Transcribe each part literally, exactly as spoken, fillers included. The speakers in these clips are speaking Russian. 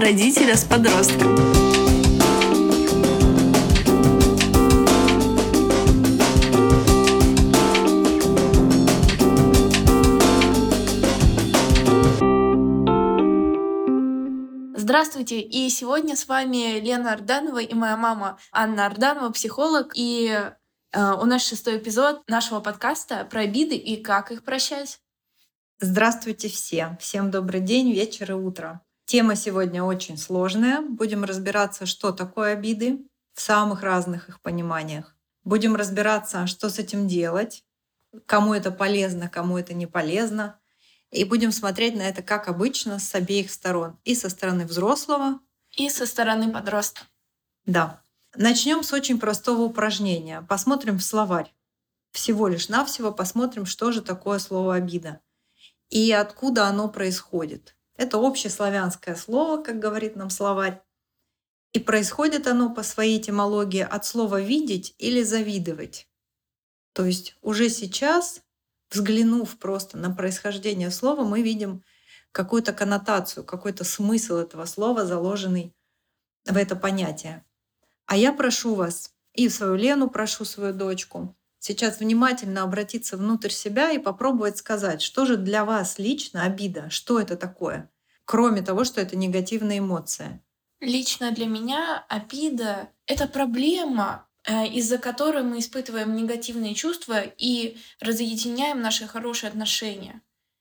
родителя с подростком. Здравствуйте! И сегодня с вами Лена Арданова и моя мама Анна Арданова, психолог. И э, у нас шестой эпизод нашего подкаста про обиды и как их прощать. Здравствуйте всем! Всем добрый день, вечер и утро. Тема сегодня очень сложная. Будем разбираться, что такое обиды в самых разных их пониманиях. Будем разбираться, что с этим делать, кому это полезно, кому это не полезно. И будем смотреть на это, как обычно, с обеих сторон. И со стороны взрослого, И со стороны подростка. Да. Начнем с очень простого упражнения. Посмотрим в словарь. Всего лишь навсего посмотрим, что же такое слово «обида» и откуда оно происходит. Это общеславянское слово, как говорит нам словарь. И происходит оно по своей этимологии от слова «видеть» или «завидовать». То есть уже сейчас, взглянув просто на происхождение слова, мы видим какую-то коннотацию, какой-то смысл этого слова, заложенный в это понятие. А я прошу вас, и свою Лену прошу, свою дочку, сейчас внимательно обратиться внутрь себя и попробовать сказать, что же для вас лично обида, что это такое, кроме того, что это негативная эмоция. Лично для меня обида — это проблема, из-за которой мы испытываем негативные чувства и разъединяем наши хорошие отношения.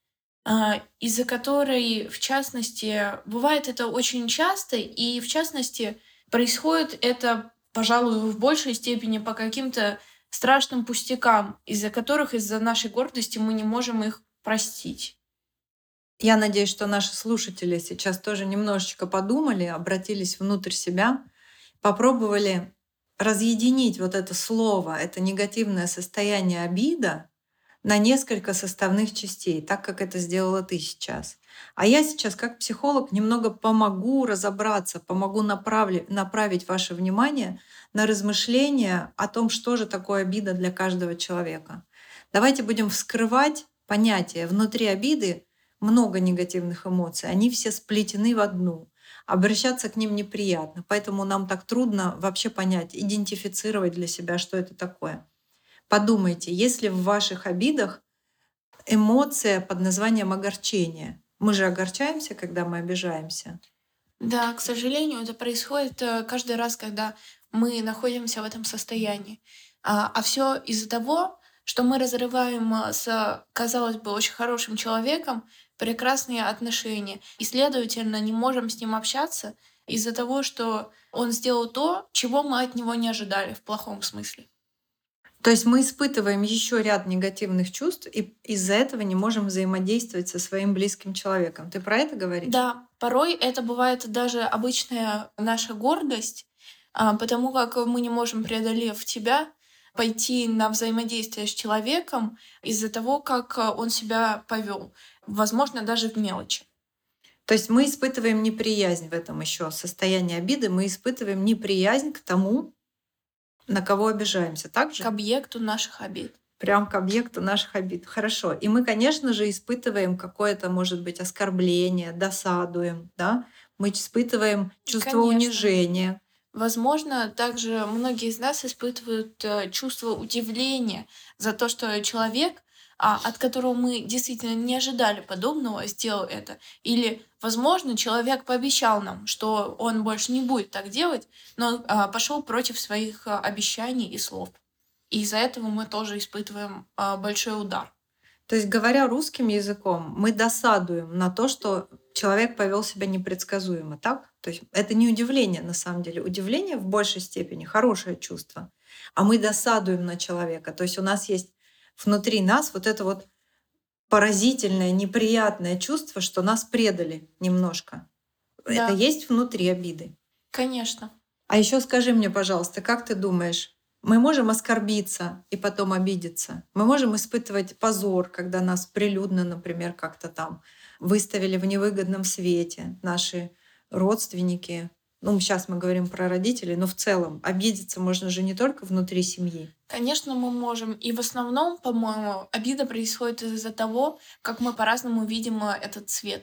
Из-за которой, в частности, бывает это очень часто, и в частности происходит это, пожалуй, в большей степени по каким-то страшным пустякам, из-за которых, из-за нашей гордости мы не можем их простить. Я надеюсь, что наши слушатели сейчас тоже немножечко подумали, обратились внутрь себя, попробовали разъединить вот это слово, это негативное состояние обида на несколько составных частей, так как это сделала ты сейчас. А я сейчас как психолог немного помогу разобраться, помогу направить, направить ваше внимание на размышления о том, что же такое обида для каждого человека. Давайте будем вскрывать понятия. Внутри обиды много негативных эмоций, они все сплетены в одну. Обращаться к ним неприятно, поэтому нам так трудно вообще понять, идентифицировать для себя, что это такое. Подумайте, если в ваших обидах эмоция под названием огорчение. Мы же огорчаемся, когда мы обижаемся. Да, к сожалению, это происходит каждый раз, когда мы находимся в этом состоянии. А, а все из-за того, что мы разрываем с, казалось бы, очень хорошим человеком прекрасные отношения. И, следовательно, не можем с ним общаться из-за того, что он сделал то, чего мы от него не ожидали в плохом смысле. То есть мы испытываем еще ряд негативных чувств, и из-за этого не можем взаимодействовать со своим близким человеком. Ты про это говоришь? Да, порой это бывает даже обычная наша гордость, потому как мы не можем, преодолев тебя, пойти на взаимодействие с человеком из-за того, как он себя повел, возможно, даже в мелочи. То есть мы испытываем неприязнь в этом еще состоянии обиды, мы испытываем неприязнь к тому, на кого обижаемся, так же? К объекту наших обид. Прям к объекту наших обид. Хорошо. И мы, конечно же, испытываем какое-то, может быть, оскорбление, досадуем, да? Мы испытываем чувство Конечно. унижения. Возможно, также многие из нас испытывают э, чувство удивления за то, что человек, а, от которого мы действительно не ожидали подобного, сделал это. Или, возможно, человек пообещал нам, что он больше не будет так делать, но а, пошел против своих а, обещаний и слов. И из-за этого мы тоже испытываем а, большой удар. То есть, говоря русским языком, мы досадуем на то, что человек повел себя непредсказуемо, так? То есть это не удивление на самом деле. Удивление в большей степени хорошее чувство. А мы досадуем на человека. То есть у нас есть внутри нас вот это вот поразительное, неприятное чувство, что нас предали немножко. Да. Это есть внутри обиды. Конечно. А еще скажи мне, пожалуйста, как ты думаешь, мы можем оскорбиться и потом обидеться? Мы можем испытывать позор, когда нас прилюдно, например, как-то там выставили в невыгодном свете наши родственники. Ну, сейчас мы говорим про родителей, но в целом обидеться можно же не только внутри семьи. Конечно, мы можем. И в основном, по-моему, обида происходит из-за того, как мы по-разному видим этот цвет.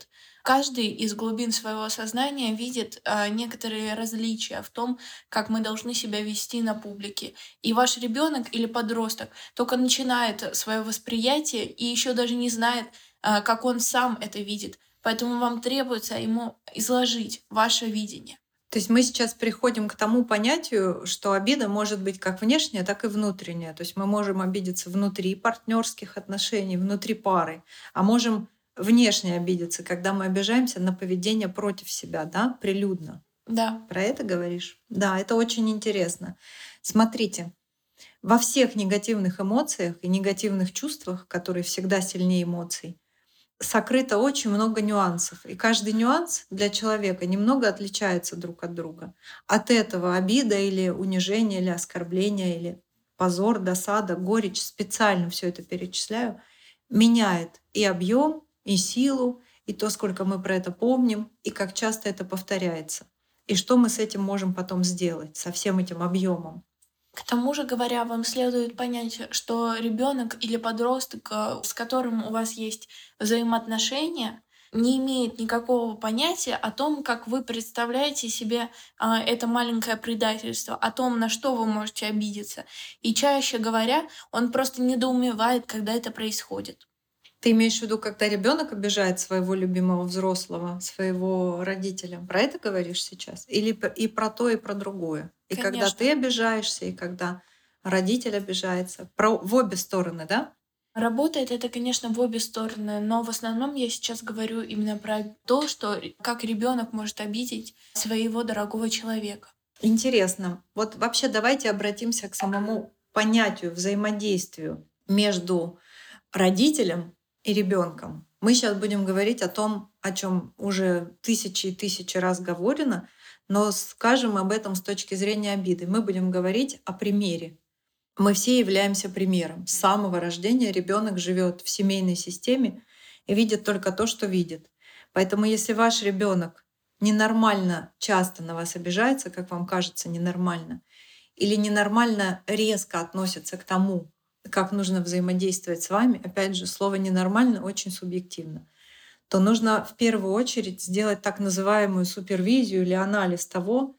Каждый из глубин своего сознания видит а, некоторые различия в том, как мы должны себя вести на публике. И ваш ребенок или подросток только начинает свое восприятие и еще даже не знает, а, как он сам это видит. Поэтому вам требуется ему изложить ваше видение. То есть мы сейчас приходим к тому понятию, что обида может быть как внешняя, так и внутренняя. То есть мы можем обидеться внутри партнерских отношений, внутри пары, а можем внешне обидеться, когда мы обижаемся на поведение против себя, да, прилюдно. Да. Про это говоришь? Да, это очень интересно. Смотрите, во всех негативных эмоциях и негативных чувствах, которые всегда сильнее эмоций, сокрыто очень много нюансов. И каждый нюанс для человека немного отличается друг от друга. От этого обида или унижение, или оскорбление, или позор, досада, горечь, специально все это перечисляю, меняет и объем, и силу, и то, сколько мы про это помним, и как часто это повторяется. И что мы с этим можем потом сделать, со всем этим объемом. К тому же, говоря, вам следует понять, что ребенок или подросток, э, с которым у вас есть взаимоотношения, не имеет никакого понятия о том, как вы представляете себе а, это маленькое предательство, о том, на что вы можете обидеться. И чаще говоря, он просто недоумевает, когда это происходит. Ты имеешь в виду, когда ребенок обижает своего любимого взрослого, своего родителя? Про это говоришь сейчас? Или п- и про то, и про другое? И когда Конечно. ты обижаешься, и когда родитель обижается? Про в обе стороны, да? Работает это, конечно, в обе стороны, но в основном я сейчас говорю именно про то, что р- как ребенок может обидеть своего дорогого человека. Интересно. Вот вообще давайте обратимся к самому понятию, взаимодействию между родителем и ребенком. Мы сейчас будем говорить о том, о чем уже тысячи и тысячи раз говорено, но скажем об этом с точки зрения обиды. Мы будем говорить о примере. Мы все являемся примером. С самого рождения ребенок живет в семейной системе и видит только то, что видит. Поэтому если ваш ребенок ненормально часто на вас обижается, как вам кажется ненормально, или ненормально резко относится к тому, как нужно взаимодействовать с вами, опять же, слово «ненормально» очень субъективно, то нужно в первую очередь сделать так называемую супервизию или анализ того,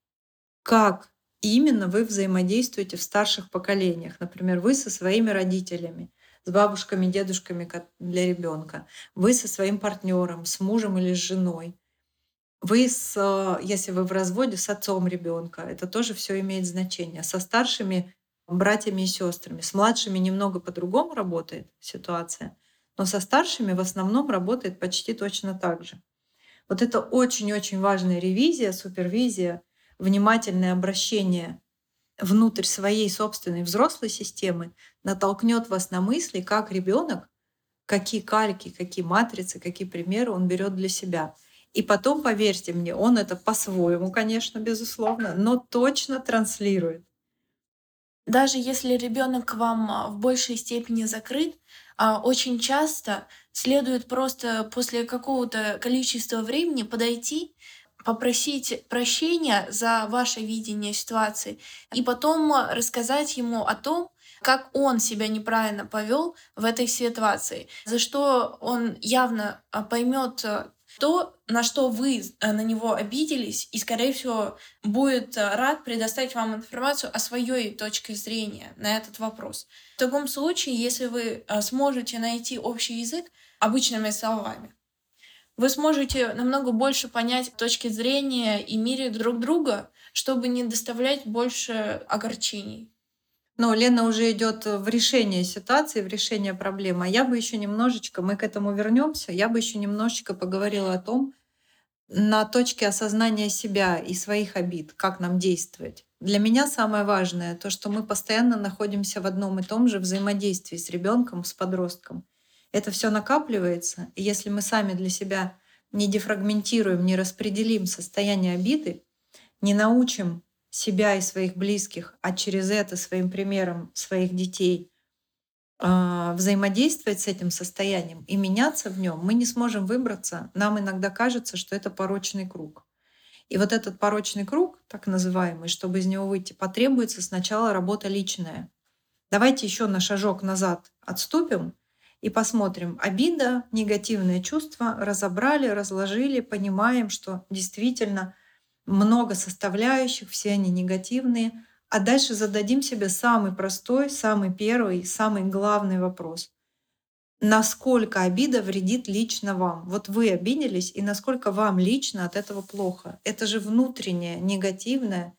как именно вы взаимодействуете в старших поколениях. Например, вы со своими родителями, с бабушками, дедушками ко- для ребенка, вы со своим партнером, с мужем или с женой, вы с, э, если вы в разводе, с отцом ребенка. Это тоже все имеет значение. Со старшими братьями и сестрами. С младшими немного по-другому работает ситуация, но со старшими в основном работает почти точно так же. Вот это очень-очень важная ревизия, супервизия, внимательное обращение внутрь своей собственной взрослой системы натолкнет вас на мысли, как ребенок, какие кальки, какие матрицы, какие примеры он берет для себя. И потом, поверьте мне, он это по-своему, конечно, безусловно, но точно транслирует. Даже если ребенок к вам а, в большей степени закрыт, а, очень часто следует просто после какого-то количества времени подойти, попросить прощения за ваше видение ситуации и потом а, рассказать ему о том, как он себя неправильно повел в этой ситуации, за что он явно поймет то, на что вы э, на него обиделись, и, скорее всего, будет э, рад предоставить вам информацию о своей точке зрения на этот вопрос. В таком случае, если вы э, сможете найти общий язык обычными словами, вы сможете намного больше понять точки зрения и мире друг друга, чтобы не доставлять больше огорчений. Но Лена уже идет в решение ситуации, в решение проблемы. А я бы еще немножечко, мы к этому вернемся, я бы еще немножечко поговорила о том, на точке осознания себя и своих обид, как нам действовать. Для меня самое важное то, что мы постоянно находимся в одном и том же взаимодействии с ребенком, с подростком. Это все накапливается, и если мы сами для себя не дефрагментируем, не распределим состояние обиды, не научим себя и своих близких, а через это своим примером своих детей а, взаимодействовать с этим состоянием и меняться в нем, мы не сможем выбраться. Нам иногда кажется, что это порочный круг. И вот этот порочный круг, так называемый, чтобы из него выйти, потребуется сначала работа личная. Давайте еще на шажок назад отступим и посмотрим. Обида, негативные чувства, разобрали, разложили, понимаем, что действительно много составляющих, все они негативные. А дальше зададим себе самый простой, самый первый, самый главный вопрос. Насколько обида вредит лично вам? Вот вы обиделись, и насколько вам лично от этого плохо? Это же внутреннее, негативное,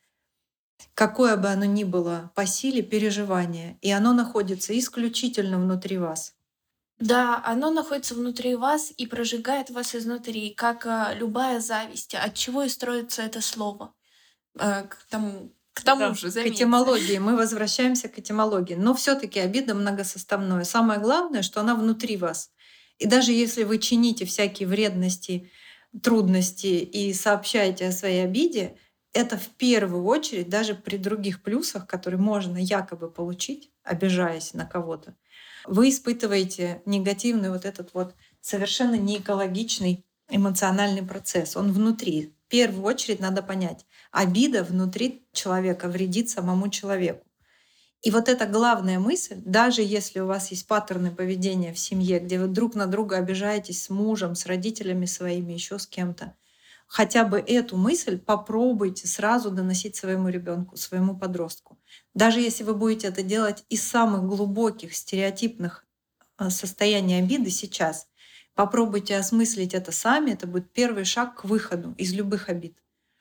какое бы оно ни было по силе переживание, и оно находится исключительно внутри вас. Да, оно находится внутри вас и прожигает вас изнутри, как а, любая зависть. От чего и строится это слово? Э, к тому, к тому Да. же, К заметьте. этимологии. Мы возвращаемся к этимологии. Но все-таки обида многосоставное. Самое главное, что она внутри вас. И даже если вы чините всякие вредности, трудности и сообщаете о своей обиде, это в первую очередь, даже при других плюсах, которые можно якобы получить, обижаясь на кого-то, вы испытываете негативный вот этот вот совершенно неэкологичный эмоциональный процесс. Он внутри. В первую очередь надо понять, обида внутри человека вредит самому человеку. И вот эта главная мысль, даже если у вас есть паттерны поведения в семье, где вы друг на друга обижаетесь с мужем, с родителями своими, еще с кем-то, хотя бы эту мысль попробуйте сразу доносить своему ребенку, своему подростку. Даже если вы будете это делать из самых глубоких стереотипных э, состояний обиды сейчас, попробуйте осмыслить это сами, это будет первый шаг к выходу из любых обид.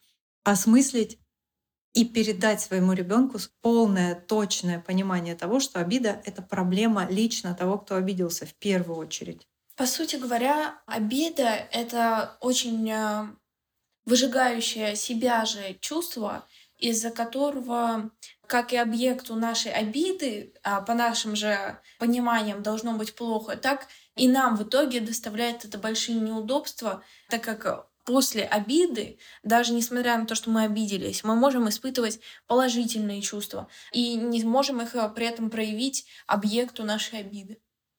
Осмыслить и передать своему ребенку полное, точное понимание того, что обида — это проблема лично того, кто обиделся в первую очередь. По сути говоря, обида — это очень э, выжигающее себя же чувство, из-за которого, как и объекту нашей обиды, а по нашим же пониманиям должно быть плохо, так и нам в итоге доставляет это большие неудобства, так как после обиды, даже несмотря на то, что мы обиделись, мы можем испытывать положительные чувства и не можем их э, при этом проявить объекту нашей обиды.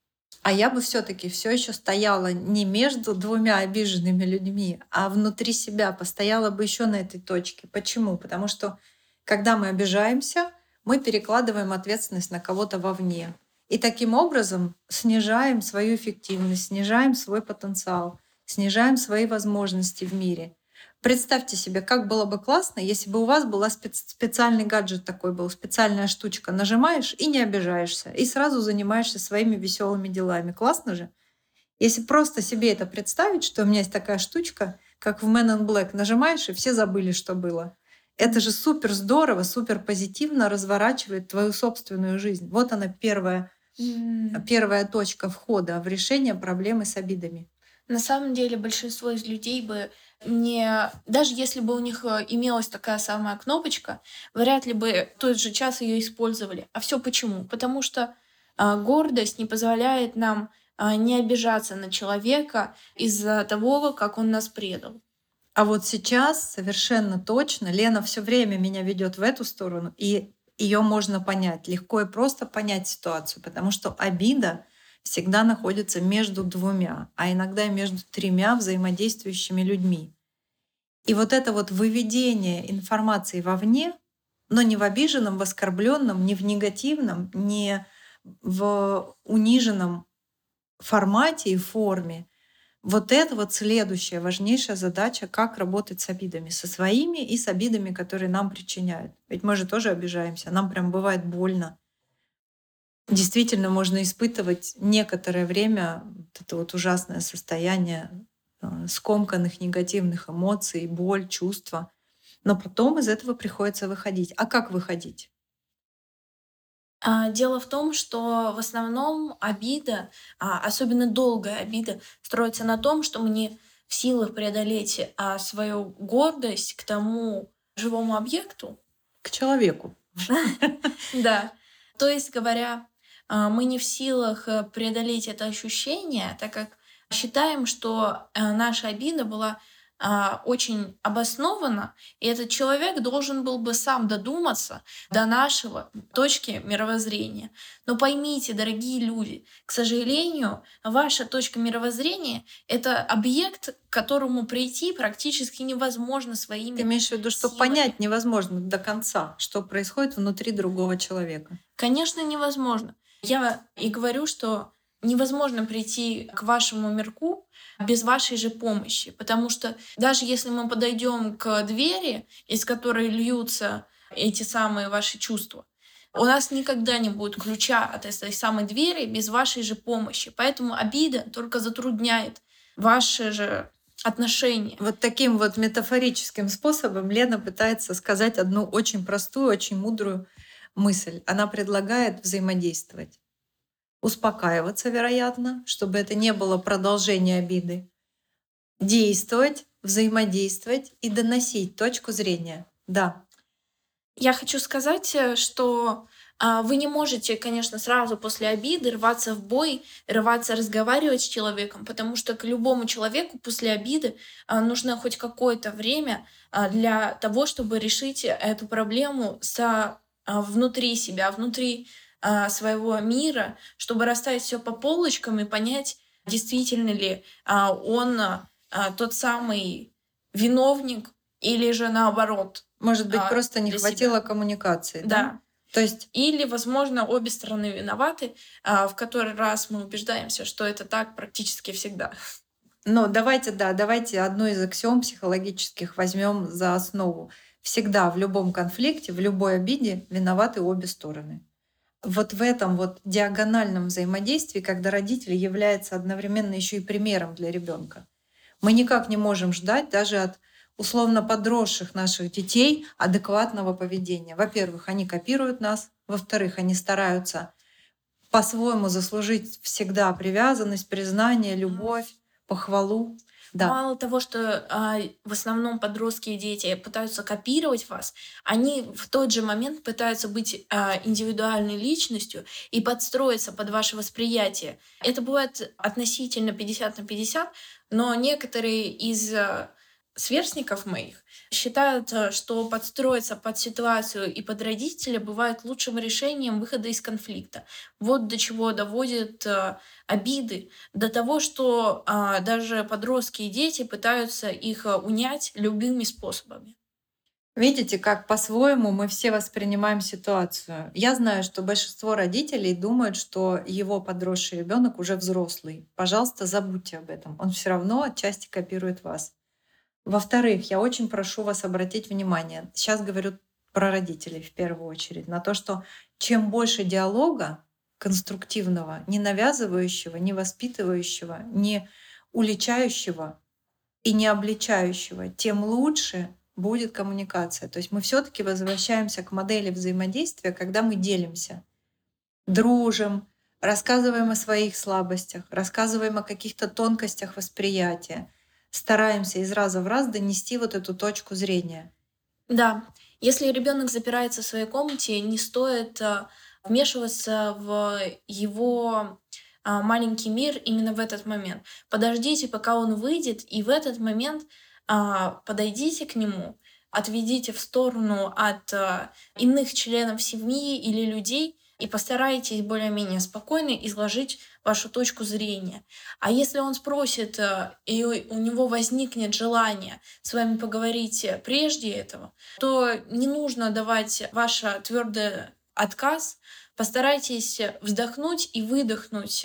А я бы все-таки все еще стояла не между двумя обиженными людьми, а внутри себя, постояла бы еще на этой точке. Почему? Потому что когда мы обижаемся, мы перекладываем ответственность на кого-то вовне. И таким образом снижаем свою эффективность, снижаем свой потенциал, снижаем свои возможности в мире. Представьте себе, как было бы классно, если бы у вас был специальный гаджет такой был, специальная штучка. Нажимаешь и не обижаешься, и сразу занимаешься своими веселыми делами. Классно же? Если просто себе это представить, что у меня есть такая штучка, как в Men in Black, нажимаешь, и все забыли, что было. Это же супер здорово, супер позитивно разворачивает твою собственную жизнь. Вот она первая, М. первая точка входа в решение проблемы с обидами. На самом деле большинство из людей бы не... Даже если бы у них э, имелась такая самая кнопочка, вряд ли бы тот же час ее использовали. А все почему? Потому что а, гордость не позволяет нам а, не обижаться на человека из-за того, как он нас предал. А вот сейчас совершенно точно Лена все время меня ведет в эту сторону, и ее можно понять, легко и просто понять ситуацию, потому что обида всегда находится между двумя, а иногда и между тремя взаимодействующими людьми. И вот это вот выведение информации вовне, но не в обиженном, в оскорбленном, не в негативном, не в униженном формате и форме, вот это вот следующая важнейшая задача, как работать с обидами, со своими и с обидами, которые нам причиняют. Ведь мы же тоже обижаемся, нам прям бывает больно. Действительно, можно испытывать некоторое время вот это вот ужасное состояние э, скомканных негативных эмоций, боль, чувства. Но потом из этого приходится выходить. А как выходить? А, Дело в том, что в основном обида, а, особенно долгая обида, строится на том, что мы не в силах преодолеть а, свою гордость к тому живому объекту. К человеку. Да. То есть говоря, а, мы не в силах э, преодолеть это ощущение, так как считаем, что э, наша обида была а, очень обоснована, и этот человек должен был бы сам додуматься до нашего точки мировоззрения. Но поймите, дорогие люди, к сожалению, ваша точка мировоззрения — это объект, к которому прийти практически невозможно Ты своими имеешь в виду, что силами. понять невозможно до конца, что происходит внутри другого человека. Конечно, невозможно. Я и говорю, что невозможно прийти к вашему мирку без вашей же помощи. Потому что даже если мы подойдем к двери, из которой льются эти самые ваши чувства, у нас никогда не будет ключа от этой самой двери без вашей же помощи. Поэтому обида только затрудняет ваши же отношения. Вот таким вот метафорическим способом Лена пытается сказать одну очень простую, очень мудрую мысль. Она предлагает взаимодействовать. Успокаиваться, вероятно, чтобы это не было продолжение обиды. Действовать, взаимодействовать и доносить точку зрения. Да. Я хочу сказать, э, что а, вы не можете, конечно, сразу после обиды рваться в бой, рваться разговаривать с человеком, потому что к любому человеку после обиды а, нужно хоть какое-то время а, для того, чтобы решить эту проблему со, а, внутри себя, внутри а, своего мира, чтобы расставить все по полочкам и понять, действительно ли а, он а, а, тот самый виновник или же наоборот Может быть, а, просто не для хватило себя. коммуникации, да? Да. То есть Или, возможно, обе стороны виноваты, а, в который раз мы убеждаемся, что это так практически всегда. Но давайте, да, давайте одну из аксиом психологических возьмем за основу. Всегда в любом конфликте, в любой обиде виноваты обе стороны. Вот в этом вот диагональном взаимодействии, когда родитель является одновременно еще и примером для ребенка, мы никак не можем ждать даже от условно подросших наших детей адекватного поведения. Во-первых, они копируют нас, во-вторых, они стараются по-своему заслужить всегда привязанность, признание, любовь, похвалу. Да. Мало того, что а, в основном подростки и дети пытаются копировать вас, они в тот же момент пытаются быть а, индивидуальной личностью и подстроиться под ваше восприятие. Это бывает относительно пятьдесят на пятьдесят, но некоторые из а, сверстников моих считают, а, что подстроиться под ситуацию и под родителя бывает лучшим решением выхода из конфликта. Вот до чего доводят а, обиды, до того, что а, даже подростки и дети пытаются их а, унять любыми способами. Видите, как по-своему мы все воспринимаем ситуацию. Я знаю, что большинство родителей думают, что его подросший ребенок уже взрослый. Пожалуйста, забудьте об этом. Он все равно отчасти копирует вас. Во-вторых, я очень прошу вас обратить внимание, сейчас говорю про родителей в первую очередь, на то, что чем больше диалога конструктивного, не навязывающего, не воспитывающего, не уличающего и не обличающего, тем лучше будет коммуникация. То есть мы все-таки возвращаемся к модели взаимодействия, когда мы делимся, дружим, рассказываем о своих слабостях, рассказываем о каких-то тонкостях восприятия, стараемся из раза в раз донести вот эту точку зрения. Да, если ребенок запирается в своей комнате, не стоит а, вмешиваться в его а, маленький мир именно в этот момент. Подождите, пока он выйдет, и в этот момент а, подойдите к нему, отведите в сторону от а, иных членов семьи или людей и постарайтесь более-менее спокойно изложить вашу точку зрения. А если он спросит, а, и у у него возникнет желание с вами поговорить э, прежде этого, то не нужно давать ваш твердый отказ. Постарайтесь вздохнуть и выдохнуть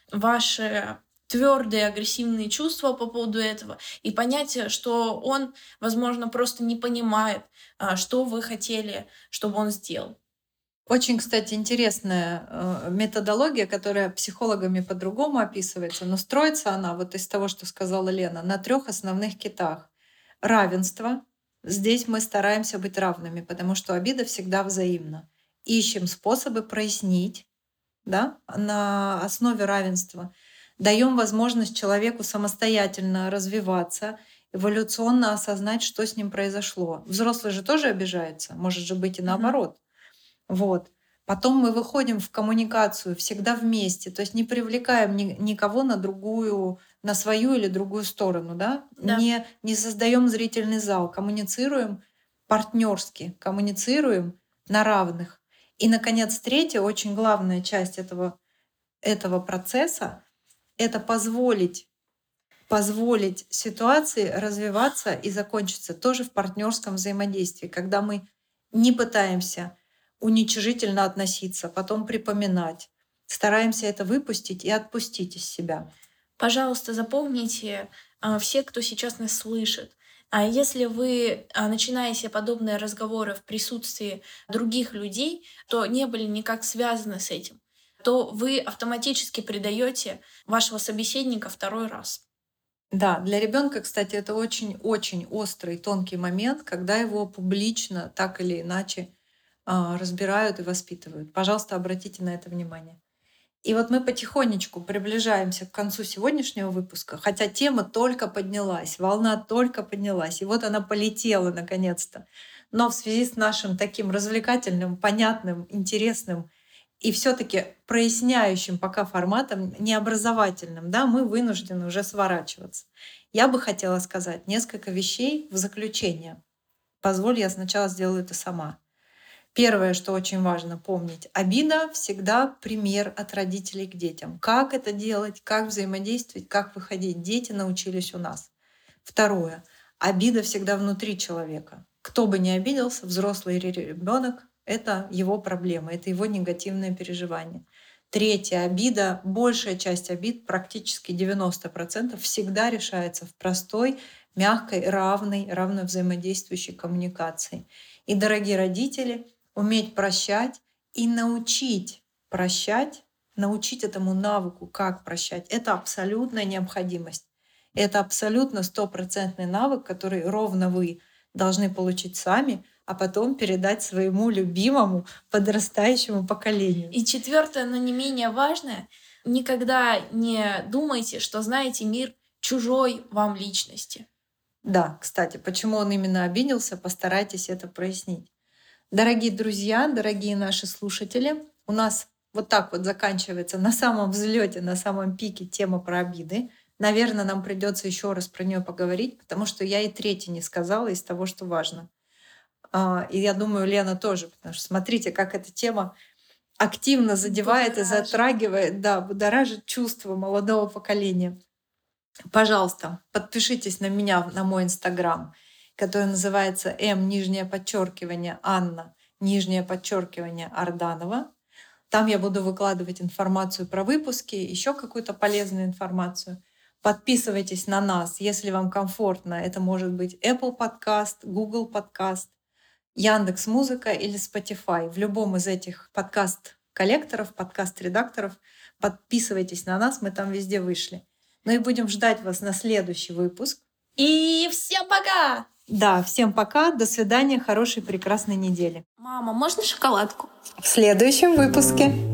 ваши твердые агрессивные чувства по поводу этого и понять, э, что он, возможно, просто не понимает, а, что вы хотели, чтобы он сделал. Очень, кстати, интересная э, методология, которая психологами по-другому описывается, но строится она, вот из того, что сказала Лена, на трех основных китах. Равенство. Здесь мы стараемся быть равными, потому что обида всегда взаимна. Ищем способы прояснить, да, на основе равенства. Даем возможность человеку самостоятельно развиваться, эволюционно осознать, что с ним произошло. Взрослый же тоже обижается, может же быть и Мгм. наоборот. Вот. Потом мы выходим в коммуникацию всегда вместе, то есть не привлекаем ни- никого на другую, на свою или другую сторону, да? Да. Не, не создаем зрительный зал, коммуницируем партнерски, коммуницируем на равных. И, наконец, третья, очень главная часть этого, этого процесса — это позволить, позволить ситуации развиваться и закончиться тоже в партнерском взаимодействии, когда мы не пытаемся уничижительно относиться, потом припоминать, стараемся это выпустить и отпустить из себя. Пожалуйста, запомните, а, все, кто сейчас нас слышит, а если вы а, начинаете подобные разговоры в присутствии других людей, то не были никак связаны с этим, то вы автоматически предаете вашего собеседника второй раз. Да, для ребенка, кстати, это очень-очень острый, тонкий момент, когда его публично так или иначе а, разбирают и воспитывают. Пожалуйста, обратите на это внимание. И вот мы потихонечку приближаемся к концу сегодняшнего выпуска, хотя тема только поднялась, волна только поднялась, и вот она полетела наконец-то. Но в связи с нашим таким развлекательным, понятным, интересным и все-таки проясняющим пока форматом, необразовательным, да, мы вынуждены уже сворачиваться. Я бы хотела сказать несколько вещей в заключение. Позволь, я сначала сделаю это сама. Первое, что очень важно помнить, обида всегда пример от родителей к детям. Как это делать, как взаимодействовать, как выходить. Дети научились у нас. Второе, обида всегда внутри человека. Кто бы ни обиделся, взрослый или ребенок, это его проблема, это его негативное переживание. Третье, обида, большая часть обид, практически девяносто процентов, всегда решается в простой, мягкой, равной, равно взаимодействующей коммуникации. И, дорогие родители, уметь прощать и научить прощать, научить этому навыку, как прощать, это абсолютная необходимость. Это абсолютно стопроцентный навык, который ровно вы должны получить сами, а потом передать своему любимому подрастающему поколению. И четвертое, но не менее важное, никогда не думайте, что знаете мир чужой вам личности. Да, кстати, почему он именно обиделся, постарайтесь это прояснить. Дорогие друзья, дорогие наши слушатели, у нас вот так вот заканчивается на самом взлете, на самом пике тема про обиды. Наверное, нам придется еще раз про нее поговорить, потому что я и третье не сказала из того, что важно. А, И я думаю, Лена тоже, потому что смотрите, как эта тема активно задевает и Будоражит. затрагивает, да, будоражит чувства молодого поколения. Пожалуйста, подпишитесь на меня, на мой инстаграм, который называется М, нижнее подчеркивание, Анна, нижнее подчеркивание, Арданова. Там я буду выкладывать информацию про выпуски, еще какую-то полезную информацию. Подписывайтесь на нас, если вам комфортно. Это может быть Apple Podcast, Google Podcast, Яндекс.Музыка или Spotify. В любом из этих подкаст-коллекторов, подкаст-редакторов подписывайтесь на нас, мы там везде вышли. Ну и будем ждать вас на следующий выпуск. И всем пока! Да, всем пока, до свидания, хорошей прекрасной недели. Мама, можно шоколадку? В следующем выпуске.